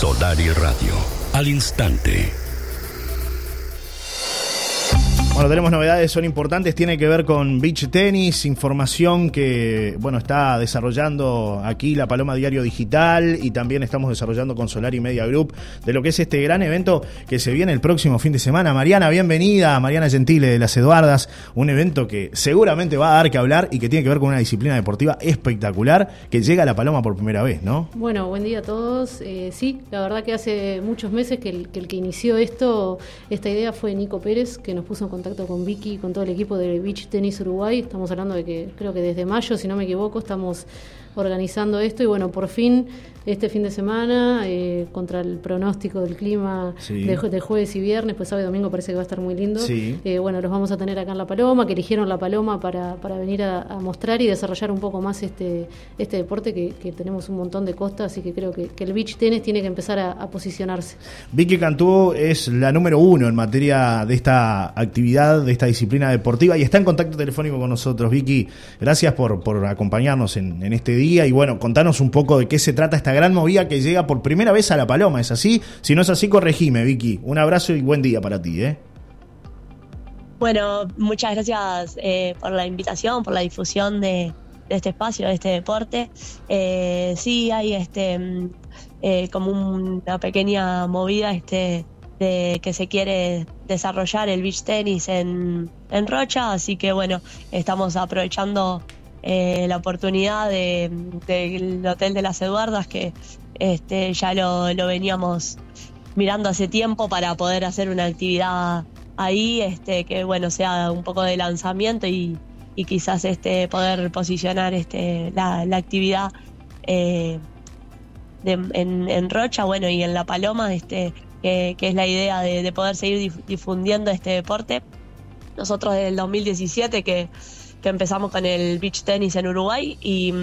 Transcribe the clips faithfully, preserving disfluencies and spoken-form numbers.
Solari Radio, al instante. Bueno, tenemos novedades, son importantes, tiene que ver con beach tenis, información que, bueno, está desarrollando aquí La Paloma Diario Digital y también estamos desarrollando con Solari Media Group de lo que es este gran evento que se viene el próximo fin de semana. Mariana, bienvenida, Mariana Gentile de Las Eduardas, un evento que seguramente va a dar que hablar y que tiene que ver con una disciplina deportiva espectacular que llega a La Paloma por primera vez, ¿no? Bueno, buen día a todos. Eh, sí, la verdad que hace muchos meses que el, que el que inició esto, esta idea fue Nico Pérez, que nos puso en contacto con Vicky, con todo el equipo de Beach Tennis Uruguay. Estamos hablando de que creo que desde mayo, si no me equivoco, estamos organizando esto y bueno, por fin este fin de semana, eh, contra el pronóstico del clima, sí, de, de jueves y viernes, pues sábado y domingo parece que va a estar muy lindo. Sí. Eh, bueno, los vamos a tener acá en La Paloma, que eligieron La Paloma para, para venir a, a mostrar y desarrollar un poco más este, este deporte que, que tenemos un montón de costa, así que creo que, que el beach tennis tiene que empezar a, a posicionarse. Vicky Cantú es la número uno en materia de esta actividad, de esta disciplina deportiva y está en contacto telefónico con nosotros. Vicky, gracias por, por acompañarnos en, en este día y bueno, contanos un poco de qué se trata esta gran movida que llega por primera vez a La Paloma, ¿es así? Si no es así, corregime, Vicky. Un abrazo y buen día para ti, ¿eh? Bueno, muchas gracias eh, por la invitación, por la difusión de, de este espacio, de este deporte. Eh, sí, hay este eh, como una pequeña movida este de que se quiere desarrollar el beach tenis en, en Rocha, así que bueno, estamos aprovechando Eh, la oportunidad de, del Hotel de Las Eduardas, que este, ya lo, lo veníamos mirando hace tiempo para poder hacer una actividad ahí, este, que bueno, sea un poco de lanzamiento y, y quizás este, poder posicionar este, la, la actividad eh, de, en, en Rocha, bueno, y en La Paloma, este, que, que es la idea de, de poder seguir difundiendo este deporte. Nosotros desde el dos mil diecisiete que que empezamos con el beach tenis en Uruguay y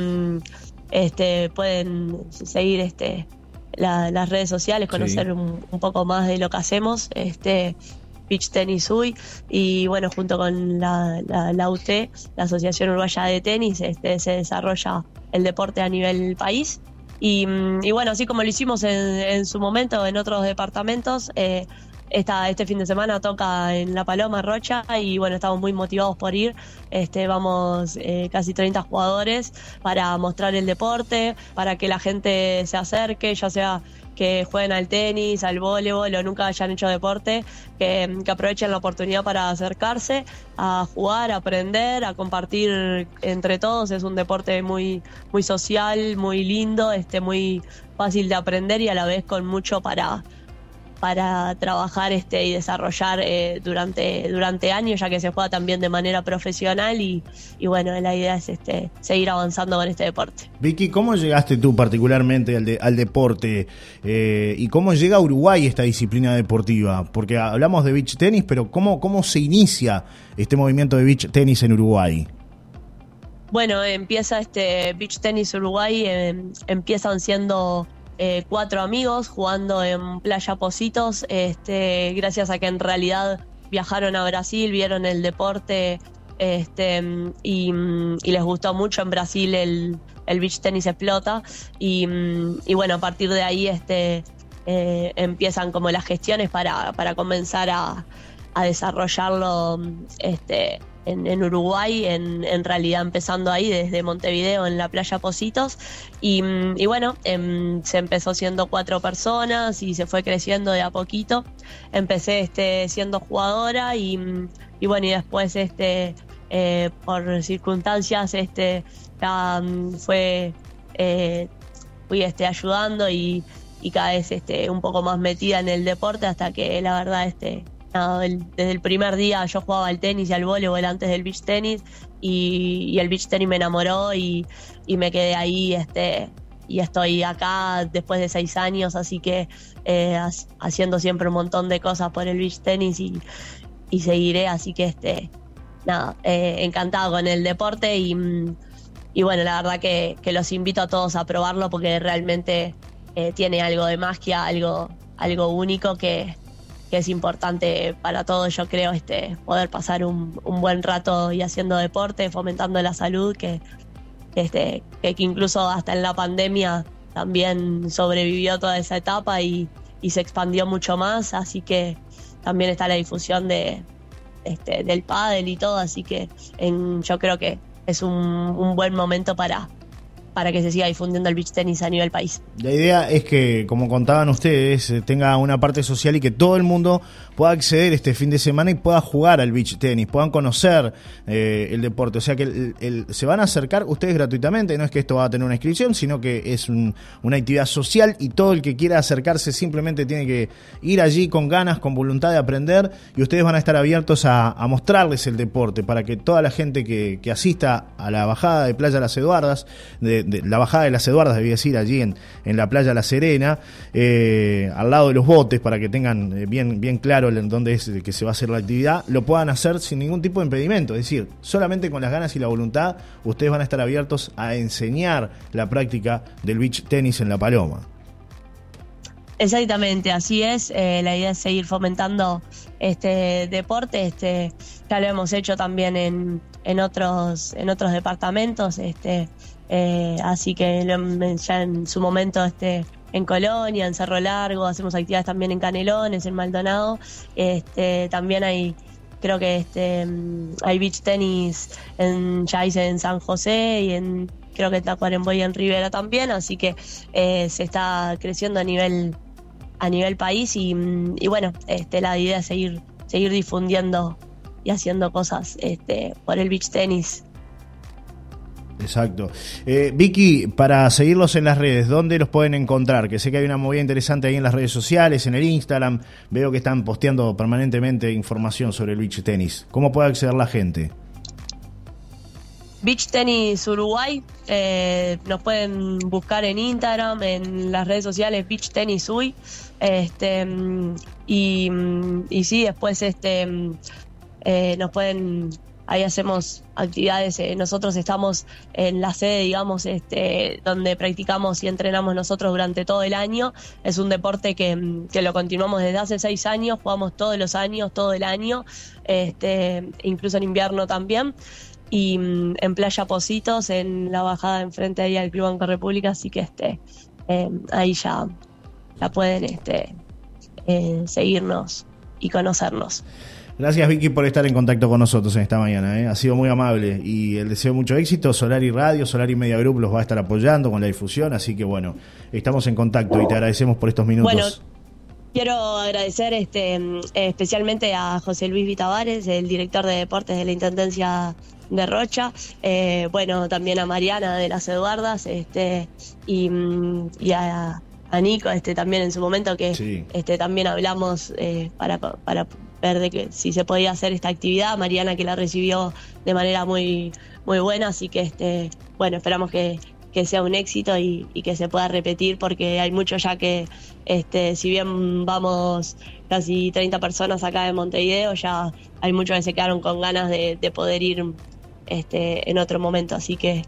este pueden seguir este la, las redes sociales, conocer sí. un, un poco más de lo que hacemos, este Beach Tenis U Y, y bueno, junto con la, la, la U T, la Asociación Uruguaya de Tenis, este se desarrolla el deporte a nivel país. Y, y bueno, así como lo hicimos en, en su momento en otros departamentos, eh, Esta, este fin de semana toca en La Paloma, Rocha, y bueno, estamos muy motivados por ir. Este, vamos eh, casi treinta jugadores para mostrar el deporte, para que la gente se acerque, ya sea que jueguen al tenis, al voleibol o nunca hayan hecho deporte, que, que aprovechen la oportunidad para acercarse a jugar, a aprender, a compartir entre todos. Es un deporte muy, muy social, muy lindo, este, muy fácil de aprender y a la vez con mucho para... para trabajar este y desarrollar eh, durante durante años, ya que se juega también de manera profesional y, y bueno, la idea es este seguir avanzando con este deporte. Vicky, ¿cómo llegaste tú particularmente al, de, al deporte eh, y cómo llega a Uruguay esta disciplina deportiva? Porque hablamos de beach tenis, pero ¿cómo, cómo se inicia este movimiento de beach tenis en Uruguay? Bueno, empieza este Beach Tenis Uruguay, eh, empiezan siendo Eh, cuatro amigos jugando en Playa Positos, este, gracias a que en realidad viajaron a Brasil, vieron el deporte este, y, y les gustó mucho. En Brasil el, el beach tenis explota y, y bueno, a partir de ahí este, eh, empiezan como las gestiones para, para comenzar a, a desarrollarlo este, En, en Uruguay, en, en realidad empezando ahí desde Montevideo en la Playa Positos y, y bueno, em, se empezó siendo cuatro personas y se fue creciendo de a poquito. Empecé este, siendo jugadora y, y bueno, y después este, eh, por circunstancias este, um, fue eh, fui este, ayudando y, y cada vez este, un poco más metida en el deporte hasta que la verdad este No, el, desde el primer día yo jugaba al tenis y al voleibol antes del beach tenis y, y el beach tenis me enamoró y, y me quedé ahí este y estoy acá después de seis años, así que eh, haciendo siempre un montón de cosas por el beach tenis y, y seguiré, así que este nada, eh, encantado con el deporte y, y bueno, la verdad que, que los invito a todos a probarlo porque realmente eh, tiene algo de magia, algo, algo único que que es importante para todos, yo creo, este poder pasar un, un buen rato y haciendo deporte, fomentando la salud, que, este, que, que incluso hasta en la pandemia también sobrevivió toda esa etapa y, y se expandió mucho más, así que también está la difusión de este, del pádel y todo, así que en, yo creo que es un, un buen momento para para que se siga difundiendo el beach tenis a nivel país. La idea es que, como contaban ustedes, tenga una parte social y que todo el mundo pueda acceder este fin de semana y pueda jugar al beach tenis, puedan conocer eh, el deporte. O sea que el, el, se van a acercar ustedes gratuitamente, no es que esto va a tener una inscripción, sino que es un, una actividad social y todo el que quiera acercarse simplemente tiene que ir allí con ganas, con voluntad de aprender, y ustedes van a estar abiertos a, a mostrarles el deporte para que toda la gente que, que asista a la bajada de Playa Las Eduardas, de, de la bajada de Las Eduardas, debía decir, allí en, en la playa La Serena, eh, al lado de los botes, para que tengan eh, bien, bien claro en dónde es que se va a hacer la actividad, lo puedan hacer sin ningún tipo de impedimento. Es decir, solamente con las ganas y la voluntad, ustedes van a estar abiertos a enseñar la práctica del beach tenis en La Paloma. Exactamente, así es. Eh, la idea es seguir fomentando este deporte. Este, ya lo hemos hecho también en, en otros en otros departamentos. Este, eh, así que lo, ya en su momento este, en Colonia, en Cerro Largo, hacemos actividades también en Canelones, en Maldonado. Este, también hay, creo que este, hay beach tenis en, ya hice en San José y en creo que en Tacuarembó y en Rivera también. Así que eh, se está creciendo a nivel a nivel país y, y bueno, este, la idea es seguir, seguir difundiendo y haciendo cosas este, por el beach tenis. Exacto. Eh, Vicky, para seguirlos en las redes, ¿dónde los pueden encontrar? Que sé que hay una movida interesante ahí en las redes sociales, en el Instagram, veo que están posteando permanentemente información sobre el beach tenis. ¿Cómo puede acceder la gente? Beach Tenis Uruguay, eh, nos pueden buscar en Instagram, en las redes sociales Beach Tenis Uy, este, y, y sí, después este, eh, nos pueden, ahí hacemos actividades, eh, nosotros estamos en la sede, digamos, este, donde practicamos y entrenamos nosotros durante todo el año. Es un deporte que, que lo continuamos desde hace seis años, jugamos todos los años, todo el año, este, incluso en invierno también. Y en Playa Positos, en la bajada enfrente ahí al Club Banco República, así que este eh, ahí ya, ya pueden este eh, seguirnos y conocernos. Gracias, Vicky, por estar en contacto con nosotros en esta mañana, ¿eh? Ha sido muy amable y el deseo mucho éxito. Solari Radio, Solari Media Group los va a estar apoyando con la difusión, así que bueno, estamos en contacto y te agradecemos por estos minutos. Bueno, quiero agradecer este especialmente a José Luis Vitavares, el director de deportes de la Intendencia de Rocha, eh, bueno, también a Mariana de Las Eduardas, este, y, y a, a Nico, este, también en su momento que sí. este, también hablamos eh, para, para ver de que si se podía hacer esta actividad. Mariana que la recibió de manera muy, muy buena, así que este, bueno, esperamos que, que sea un éxito y, y que se pueda repetir, porque hay mucho ya que, este, si bien vamos casi treinta personas acá en Montevideo, ya hay muchos que se quedaron con ganas de, de poder ir Este, en otro momento, así que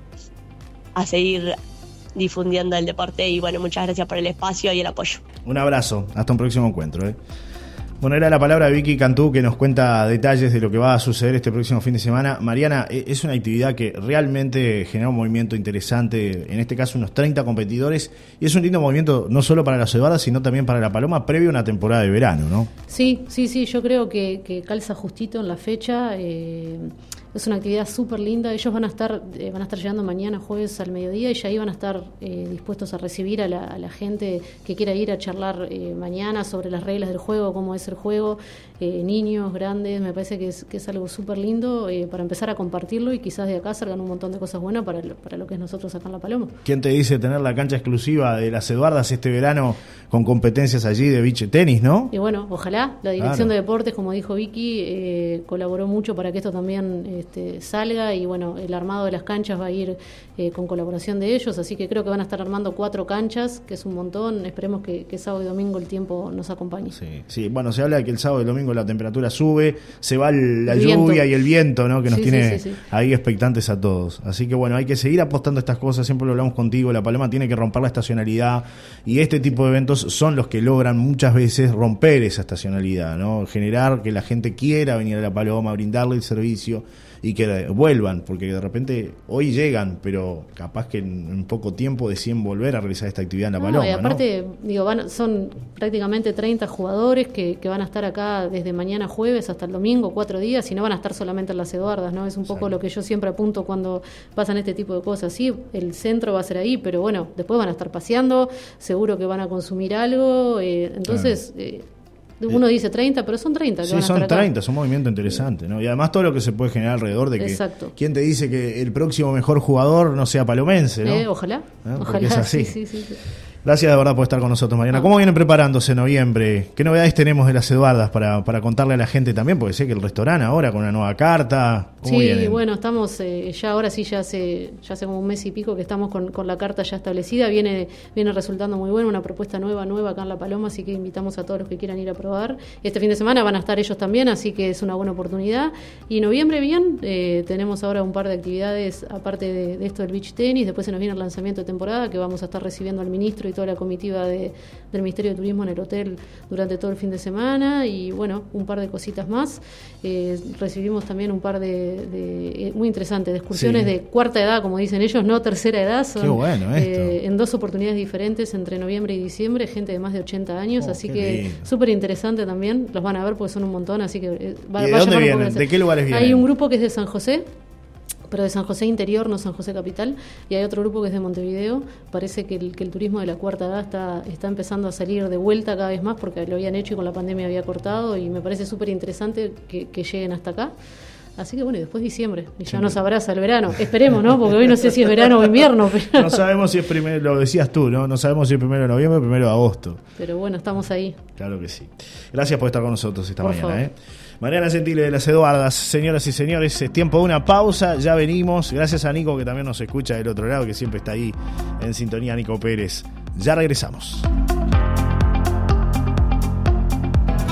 a seguir difundiendo el deporte y bueno, muchas gracias por el espacio y el apoyo. Un abrazo, hasta un próximo encuentro, ¿eh? Bueno, era la palabra de Vicky Cantú, que nos cuenta detalles de lo que va a suceder este próximo fin de semana. Mariana, es una actividad que realmente genera un movimiento interesante, en este caso unos treinta competidores, y es un lindo movimiento no solo para Las Eduardas, sino también para La Paloma, previo a una temporada de verano, ¿no? Sí, sí, sí, yo creo que, que calza justito en la fecha. eh... Es una actividad súper linda. Ellos van a estar eh, van a estar llegando mañana jueves al mediodía y ya ahí van a estar eh, dispuestos a recibir a la, a la gente que quiera ir a charlar eh, mañana sobre las reglas del juego, cómo es el juego, eh, niños, grandes. Me parece que es, que es algo súper lindo eh, para empezar a compartirlo y quizás de acá salgan un montón de cosas buenas para lo, para lo que es nosotros acá en La Paloma. ¿Quién te dice tener la cancha exclusiva de Las Eduardas este verano con competencias allí de beach tenis, no? Y bueno, ojalá. La Dirección claro. de Deportes, como dijo Vicky, eh, colaboró mucho para que esto también Este, salga, y bueno, el armado de las canchas va a ir eh, con colaboración de ellos, así que creo que van a estar armando cuatro canchas, que es un montón. Esperemos que, que sábado y domingo el tiempo nos acompañe. Sí, sí, bueno, se habla de que el sábado y el domingo la temperatura sube, se va la el lluvia y el viento, ¿no? Que nos sí, tiene sí, sí, sí. ahí expectantes a todos. Así que bueno, hay que seguir apostando a estas cosas, siempre lo hablamos contigo, La Paloma tiene que romper la estacionalidad, y este tipo de eventos son los que logran muchas veces romper esa estacionalidad, ¿no? Generar que la gente quiera venir a La Paloma, brindarle el servicio y que vuelvan, porque de repente hoy llegan, pero capaz que en, en poco tiempo deciden volver a realizar esta actividad en La no, Paloma. Y aparte, ¿no? digo, van, son prácticamente treinta jugadores que, que van a estar acá desde mañana jueves hasta el domingo, cuatro días, y no van a estar solamente en las Eduardas, ¿no? Es un poco Exacto. lo que yo siempre apunto cuando pasan este tipo de cosas. Sí, el centro va a ser ahí, pero bueno, después van a estar paseando, seguro que van a consumir algo, eh, entonces... Claro. Eh, Uno dice treinta, pero son treinta. Que sí, van a son estar treinta, acá. es un movimiento interesante, ¿no? Y además todo lo que se puede generar alrededor de que... Exacto. ¿Quién te dice que el próximo mejor jugador no sea palomense, no? Eh, ojalá, ¿Eh? ojalá, es así. Sí, sí, sí. Gracias de verdad por estar con nosotros, Mariana. Ah. ¿Cómo vienen preparándose en noviembre? ¿Qué novedades tenemos de las Eduardas para, para contarle a la gente también? Porque sé que el restaurante ahora con una nueva carta. ¿Cómo sí, vienen? Bueno, estamos eh, ya ahora sí, ya hace, ya hace como un mes y pico que estamos con, con la carta ya establecida. Viene, viene resultando muy buena, una propuesta nueva, nueva acá en La Paloma, así que invitamos a todos los que quieran ir a probar. Este fin de semana van a estar ellos también, así que es una buena oportunidad. Y noviembre bien, eh, tenemos ahora un par de actividades, aparte de, de esto del beach tenis. Después se nos viene el lanzamiento de temporada, que vamos a estar recibiendo al ministro y toda la comitiva de, del Ministerio de Turismo en el hotel durante todo el fin de semana. Y bueno, un par de cositas más. Eh, recibimos también un par de, de eh, muy interesantes, de excursiones sí. de cuarta edad, como dicen ellos, no tercera edad. Son, qué bueno esto. Eh, en dos oportunidades diferentes entre noviembre y diciembre, gente de más de ochenta años, oh, así que súper interesante también. Los van a ver porque son un montón, así que eh, va, ¿Y de va dónde a vienen? ¿De qué lugares vienen? Hay un grupo que es de San José, pero de San José Interior, no San José Capital, y hay otro grupo que es de Montevideo. Parece que el, que el turismo de la cuarta edad está, está empezando a salir de vuelta cada vez más, porque lo habían hecho y con la pandemia había cortado, y me parece súper interesante que, que lleguen hasta acá. Así que bueno, y después diciembre, y ya nos abraza el verano. Esperemos, ¿no? Porque hoy no sé si es verano o invierno. Pero... No sabemos si es primero, lo decías tú, ¿no? No sabemos si es primero de noviembre o primero de agosto. Pero bueno, estamos ahí. Claro que sí. Gracias por estar con nosotros esta por mañana, favor. ¿eh? Mariana Gentile de las Eduardas. Señoras y señores, es tiempo de una pausa, ya venimos. Gracias a Nico, que también nos escucha del otro lado, que siempre está ahí en sintonía, Nico Pérez. Ya regresamos.